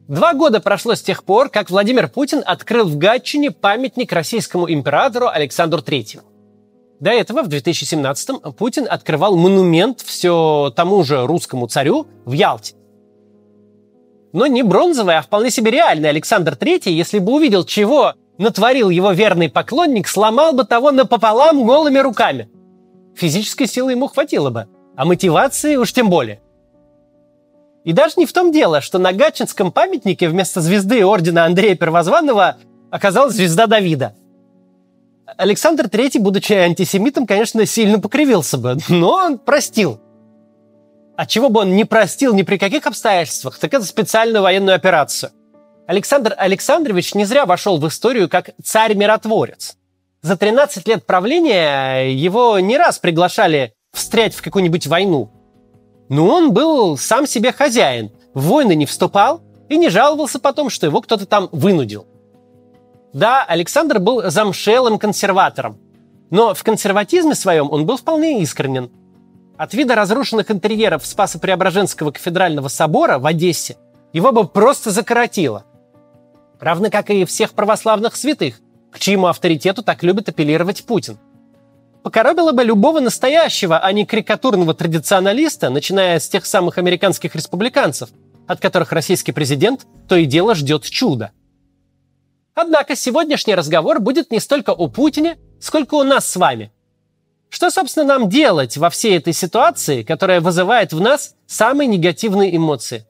2 года прошло с тех пор, как Владимир Путин открыл в Гатчине памятник российскому императору Александру III. До этого, в 2017-м, Путин открывал монумент все тому же русскому царю в Ялте. Но не бронзовый, а вполне себе реальный Александр III, если бы увидел, чего натворил его верный поклонник, сломал бы того напополам голыми руками. Физической силы ему хватило бы, а мотивации уж тем более. И даже не в том дело, что на гатчинском памятнике вместо звезды ордена Андрея Первозванного оказалась звезда Давида. Александр III, будучи антисемитом, конечно, сильно покривился бы, но он простил. А чего бы он не простил ни при каких обстоятельствах, так это специальную военную операцию. Александр Александрович не зря вошел в историю как царь-миротворец. За 13 лет правления его не раз приглашали встрять в какую-нибудь войну. Но он был сам себе хозяин, в войны не вступал и не жаловался потом, что его кто-то там вынудил. Да, Александр был замшелым консерватором, но в консерватизме своем он был вполне искренен. От вида разрушенных интерьеров Спасо-Преображенского кафедрального собора в Одессе его бы просто закоротило. Равно как и всех православных святых, к чьему авторитету так любит апеллировать Путин. Покоробило бы любого настоящего, а не карикатурного традиционалиста, начиная с тех самых американских республиканцев, от которых российский президент то и дело ждет чуда. Однако сегодняшний разговор будет не столько о Путине, сколько о нас с вами. Что, собственно, нам делать во всей этой ситуации, которая вызывает в нас самые негативные эмоции?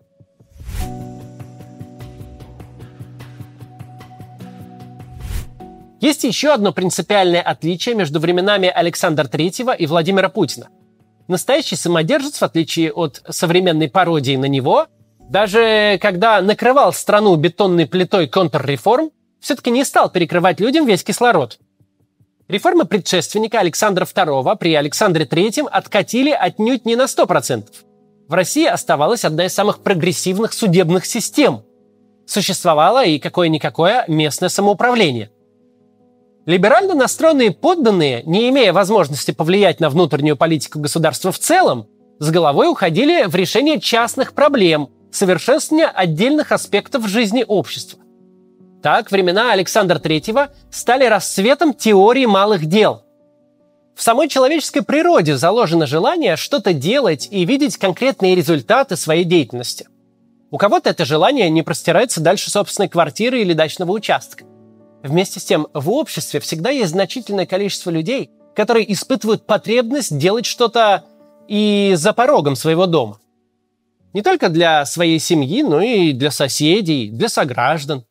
Есть еще одно принципиальное отличие между временами Александра III и Владимира Путина. Настоящий самодержец, в отличие от современной пародии на него, даже когда накрывал страну бетонной плитой контрреформ, все-таки не стал перекрывать людям весь кислород. Реформы предшественника Александра II при Александре III откатили отнюдь не на 100%. В России оставалась одна из самых прогрессивных судебных систем. Существовало и какое-никакое местное самоуправление. Либерально настроенные подданные, не имея возможности повлиять на внутреннюю политику государства в целом, с головой уходили в решение частных проблем, совершенствование отдельных аспектов жизни общества. Так, времена Александра III стали расцветом теории малых дел. В самой человеческой природе заложено желание что-то делать и видеть конкретные результаты своей деятельности. У кого-то это желание не простирается дальше собственной квартиры или дачного участка. Вместе с тем, в обществе всегда есть значительное количество людей, которые испытывают потребность делать что-то и за порогом своего дома. Не только для своей семьи, но и для соседей, для сограждан.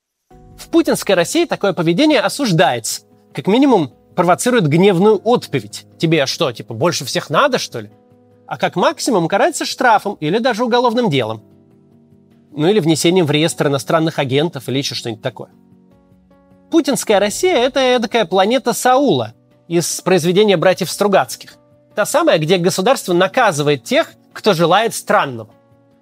В путинской России такое поведение осуждается. Как минимум, провоцирует гневную отповедь. Тебе что, типа, больше всех надо, что ли? А как максимум карается штрафом или даже уголовным делом. Ну или внесением в реестр иностранных агентов или еще что-нибудь такое. Путинская Россия – это эдакая планета Саула из произведения братьев Стругацких. Та самая, где государство наказывает тех, кто желает странного.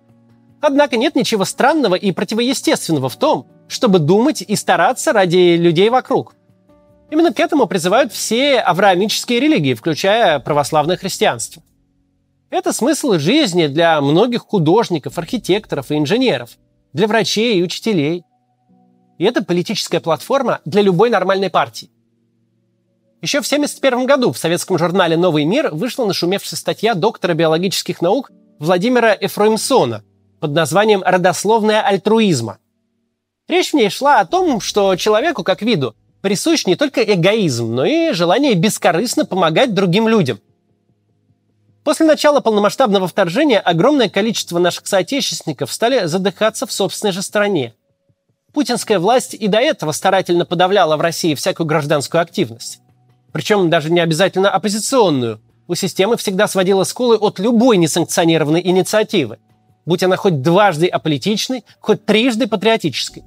Однако нет ничего странного и противоестественного в том, чтобы думать и стараться ради людей вокруг. Именно к этому призывают все авраамические религии, включая православное христианство. Это смысл жизни для многих художников, архитекторов и инженеров, для врачей и учителей. И это политическая платформа для любой нормальной партии. Еще в 1971 году в советском журнале «Новый мир» вышла нашумевшая статья доктора биологических наук Владимира Эфроимсона под названием «Родословная альтруизма». Речь в ней шла о том, что человеку как виду присущ не только эгоизм, но и желание бескорыстно помогать другим людям. После начала полномасштабного вторжения огромное количество наших соотечественников стали задыхаться в собственной же стране. Путинская власть и до этого старательно подавляла в России всякую гражданскую активность. Причем даже не обязательно оппозиционную. У системы всегда сводила скулы от любой несанкционированной инициативы, будь она хоть дважды аполитичной, хоть трижды патриотической.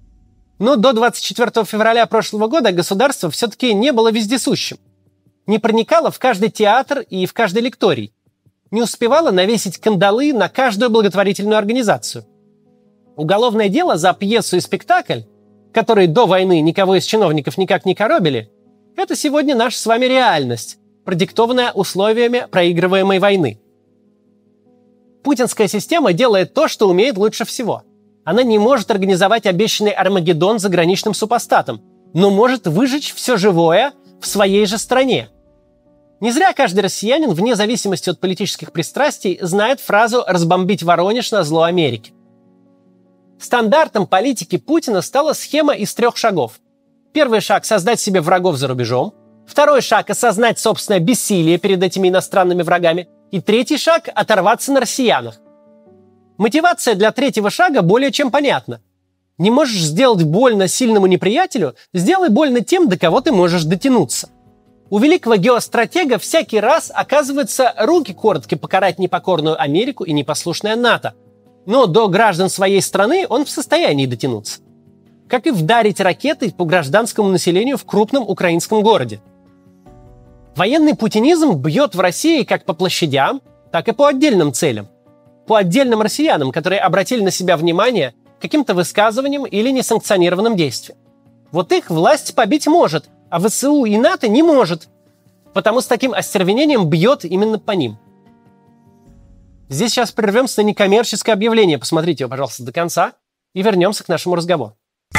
Но до 24 февраля прошлого года государство все-таки не было вездесущим. Не проникало в каждый театр и в каждый лекторий. Не успевало навесить кандалы на каждую благотворительную организацию. Уголовное дело за пьесу и спектакль, которые до войны никого из чиновников никак не коробили, это сегодня наша с вами реальность, продиктованная условиями проигрываемой войны. Путинская система делает то, что умеет лучше всего. Она не может организовать обещанный Армагеддон заграничным супостатом, но может выжечь все живое в своей же стране. Не зря каждый россиянин, вне зависимости от политических пристрастий, знает фразу «разбомбить Воронеж на зло Америки». Стандартом политики Путина стала схема из 3 шагов. Первый шаг – создать себе врагов за рубежом. Второй шаг – осознать собственное бессилие перед этими иностранными врагами. И третий шаг – оторваться на россиянах. Мотивация для третьего шага более чем понятна. Не можешь сделать больно сильному неприятелю – сделай больно тем, до кого ты можешь дотянуться. У великого геостратега всякий раз оказывается руки коротки покарать непокорную Америку и непослушное НАТО. Но до граждан своей страны он в состоянии дотянуться. Как и вдарить ракетой по гражданскому населению в крупном украинском городе. Военный путинизм бьет в России как по площадям, так и по отдельным целям. По отдельным россиянам, которые обратили на себя внимание каким-то высказыванием или несанкционированным действием. Вот их власть побить может, а ВСУ и НАТО не может, потому с таким остервенением бьет именно по ним. Здесь сейчас прервемся на некоммерческое объявление. Посмотрите его, пожалуйста, до конца и вернемся к нашему разговору.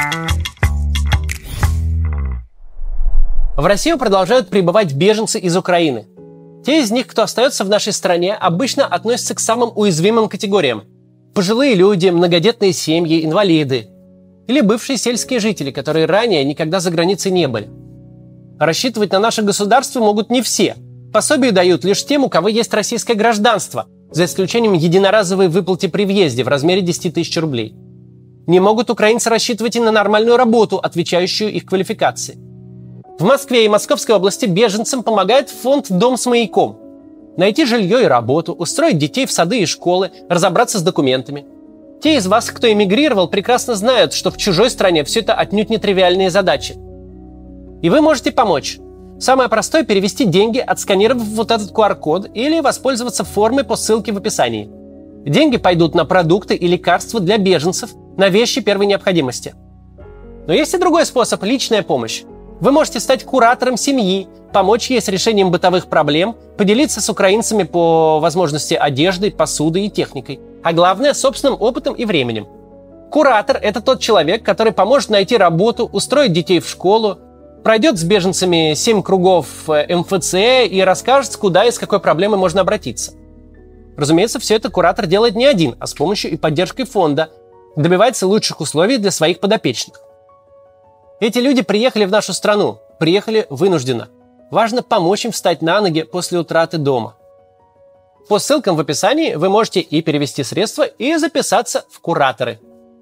В Россию продолжают прибывать беженцы из Украины. Те из них, кто остается в нашей стране, обычно относятся к самым уязвимым категориям. Пожилые люди, многодетные семьи, инвалиды. Или бывшие сельские жители, которые ранее никогда за границей не были. Рассчитывать на наше государство могут не все. Пособие дают лишь тем, у кого есть российское гражданство, за исключением единоразовой выплаты при въезде в размере 10 тысяч рублей. Не могут украинцы рассчитывать и на нормальную работу, отвечающую их квалификации. В Москве и Московской области беженцам помогает фонд «Дом с маяком». Найти жилье и работу, устроить детей в сады и школы, разобраться с документами. Те из вас, кто эмигрировал, прекрасно знают, что в чужой стране все это отнюдь не тривиальные задачи. И вы можете помочь. Самое простое – перевести деньги, отсканировав вот этот QR-код или воспользоваться формой по ссылке в описании. Деньги пойдут на продукты и лекарства для беженцев, на вещи первой необходимости. Но есть и другой способ – личная помощь. Вы можете стать куратором семьи, помочь ей с решением бытовых проблем, поделиться с украинцами по возможности одеждой, посудой и техникой, а главное – собственным опытом и временем. Куратор – это тот человек, который поможет найти работу, устроить детей в школу, пройдет с беженцами 7 кругов МФЦ и расскажет, куда и с какой проблемой можно обратиться. Разумеется, все это куратор делает не один, а с помощью и поддержкой фонда, добивается лучших условий для своих подопечных. Эти люди приехали в нашу страну, приехали вынужденно. Важно помочь им встать на ноги после утраты дома. По ссылкам в описании вы можете и перевести средства, и записаться в кураторы.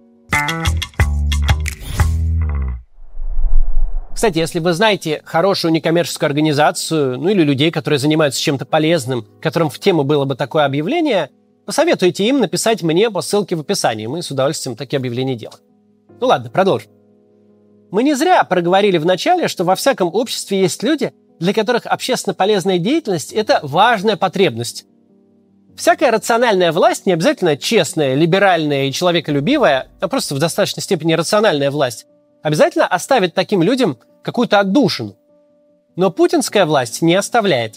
Кстати, если вы знаете хорошую некоммерческую организацию, или людей, которые занимаются чем-то полезным, которым в тему было бы такое объявление, посоветуйте им написать мне по ссылке в описании. Мы с удовольствием такие объявления делаем. Ну ладно, продолжим. Мы не зря проговорили в начале, что во всяком обществе есть люди, для которых общественно полезная деятельность – это важная потребность. Всякая рациональная власть, не обязательно честная, либеральная и человеколюбивая, а просто в достаточной степени рациональная власть, обязательно оставит таким людям какую-то отдушину. Но путинская власть не оставляет.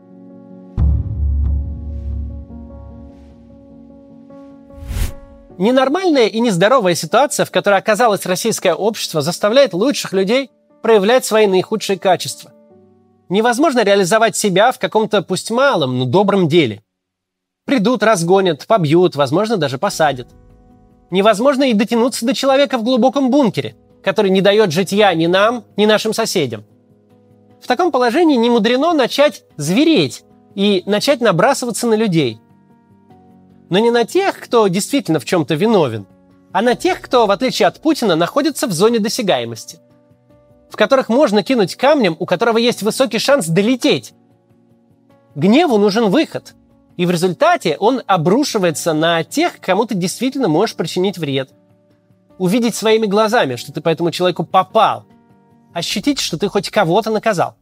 Ненормальная и нездоровая ситуация, в которой оказалось российское общество, заставляет лучших людей проявлять свои наихудшие качества. Невозможно реализовать себя в каком-то пусть малом, но добром деле. Придут, разгонят, побьют, возможно, даже посадят. Невозможно и дотянуться до человека в глубоком бункере, который не дает житья ни нам, ни нашим соседям. В таком положении не мудрено начать звереть и начать набрасываться на людей. Но не на тех, кто действительно в чем-то виновен, а на тех, кто, в отличие от Путина, находится в зоне досягаемости, в которых можно кинуть камнем, у которого есть высокий шанс долететь. Гневу нужен выход, и в результате он обрушивается на тех, кому ты действительно можешь причинить вред. Увидеть своими глазами, что ты по этому человеку попал, ощутить, что ты хоть кого-то наказал.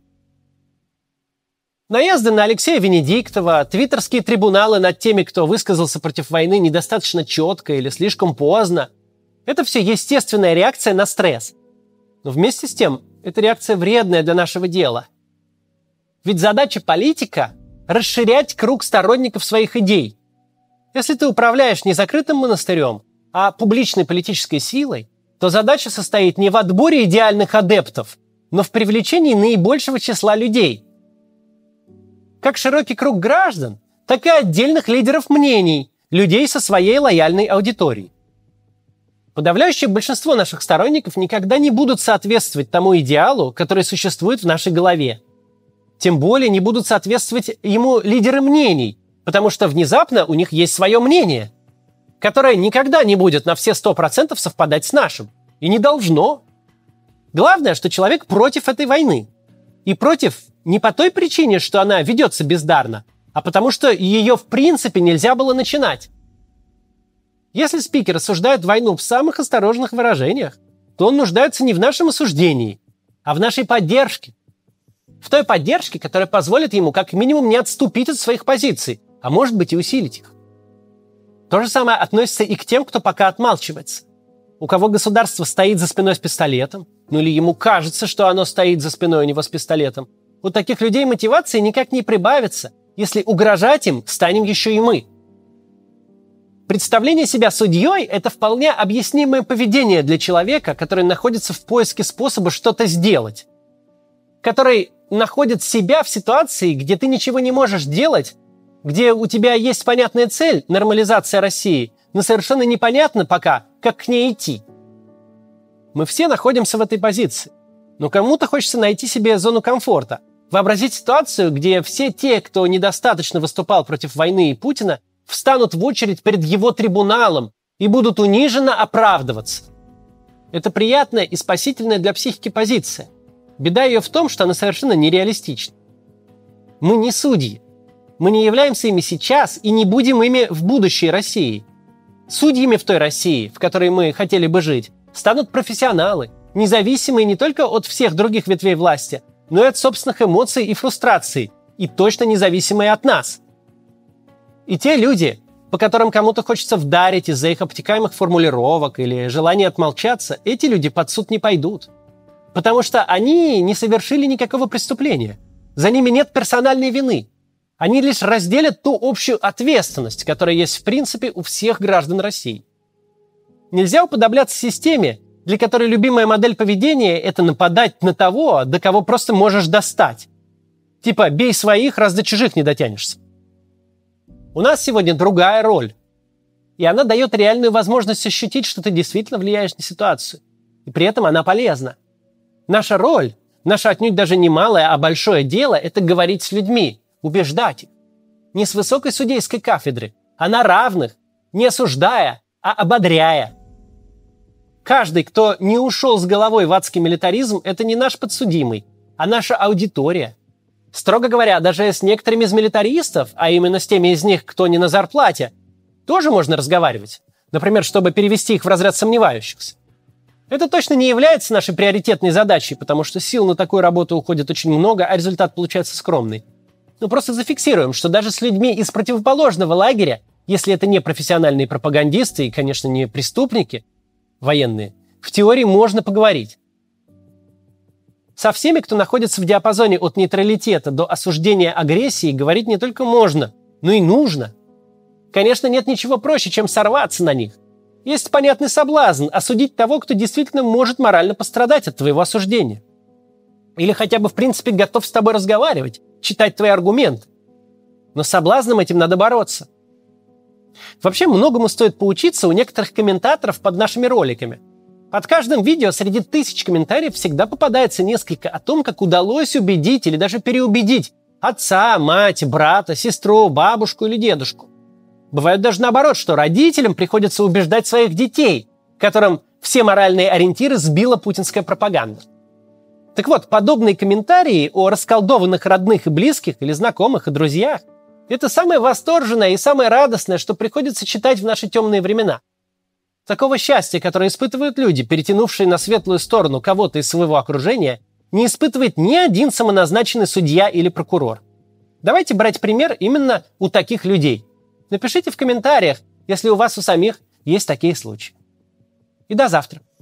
Наезды на Алексея Венедиктова, твиттерские трибуналы над теми, кто высказался против войны недостаточно четко или слишком поздно – это все естественная реакция на стресс. Но вместе с тем, это реакция вредная для нашего дела. Ведь задача политика – расширять круг сторонников своих идей. Если ты управляешь не закрытым монастырем, а публичной политической силой, то задача состоит не в отборе идеальных адептов, но в привлечении наибольшего числа людей. Как широкий круг граждан, так и отдельных лидеров мнений, людей со своей лояльной аудиторией. Подавляющее большинство наших сторонников никогда не будут соответствовать тому идеалу, который существует в нашей голове. Тем более не будут соответствовать ему лидеры мнений, потому что внезапно у них есть свое мнение, которое никогда не будет на все 100% совпадать с нашим. И не должно. Главное, что человек против этой войны. И против не по той причине, что она ведется бездарно, а потому что ее в принципе нельзя было начинать. Если спикер осуждает войну в самых осторожных выражениях, то он нуждается не в нашем осуждении, а в нашей поддержке. В той поддержке, которая позволит ему как минимум не отступить от своих позиций, а может быть и усилить их. То же самое относится и к тем, кто пока отмалчивается. У кого государство стоит за спиной с пистолетом, ну или ему кажется, что оно стоит за спиной у него с пистолетом, у таких людей мотивации никак не прибавится, если угрожать им станем еще и мы. Представление себя судьей – это вполне объяснимое поведение для человека, который находится в поиске способа что-то сделать, который находит себя в ситуации, где ты ничего не можешь делать, где у тебя есть понятная цель – нормализация России, но совершенно непонятно пока, как к ней идти. Мы все находимся в этой позиции. Но кому-то хочется найти себе зону комфорта, вообразить ситуацию, где все те, кто недостаточно выступал против войны и Путина, встанут в очередь перед его трибуналом и будут униженно оправдываться. Это приятная и спасительная для психики позиция. Беда ее в том, что она совершенно нереалистична. Мы не судьи. Мы не являемся ими сейчас и не будем ими в будущей России. Судьями в той России, в которой мы хотели бы жить, станут профессионалы, независимые не только от всех других ветвей власти, но и от собственных эмоций и фрустраций, и точно независимые от нас. И те люди, по которым кому-то хочется вдарить из-за их обтекаемых формулировок или желания отмолчаться, эти люди под суд не пойдут. Потому что они не совершили никакого преступления. За ними нет персональной вины. Они лишь разделят ту общую ответственность, которая есть в принципе у всех граждан России. Нельзя уподобляться системе, для которой любимая модель поведения – это нападать на того, до кого просто можешь достать. Типа «бей своих, раз до чужих не дотянешься». У нас сегодня другая роль. И она дает реальную возможность ощутить, что ты действительно влияешь на ситуацию. И при этом она полезна. Наша роль, наше отнюдь даже не малое, а большое дело – это говорить с людьми, убеждать их. Не с высокой судейской кафедры, а на равных, не осуждая, а ободряя. Каждый, кто не ушел с головой в адский милитаризм, это не наш подсудимый, а наша аудитория. Строго говоря, даже с некоторыми из милитаристов, а именно с теми из них, кто не на зарплате, тоже можно разговаривать. Например, чтобы перевести их в разряд сомневающихся. Это точно не является нашей приоритетной задачей, потому что сил на такую работу уходит очень много, а результат получается скромный. Но просто зафиксируем, что даже с людьми из противоположного лагеря, если это не профессиональные пропагандисты и, конечно, не преступники военные, в теории можно поговорить. Со всеми, кто находится в диапазоне от нейтралитета до осуждения агрессии, говорить не только можно, но и нужно. Конечно, нет ничего проще, чем сорваться на них. Есть понятный соблазн осудить того, кто действительно может морально пострадать от твоего осуждения. Или хотя бы в принципе готов с тобой разговаривать, читать твои аргументы. Но с соблазном этим надо бороться. Вообще многому стоит поучиться у некоторых комментаторов под нашими роликами. Под каждым видео среди тысяч комментариев всегда попадается несколько о том, как удалось убедить или даже переубедить отца, мать, брата, сестру, бабушку или дедушку. Бывает даже наоборот, что родителям приходится убеждать своих детей, которым все моральные ориентиры сбила путинская пропаганда. Так вот, подобные комментарии о расколдованных родных и близких или знакомых и друзьях – это самое восторженное и самое радостное, что приходится читать в наши темные времена. Такого счастья, которое испытывают люди, перетянувшие на светлую сторону кого-то из своего окружения, не испытывает ни один самоназначенный судья или прокурор. Давайте брать пример именно у таких людей. Напишите в комментариях, если у вас у самих есть такие случаи. И до завтра.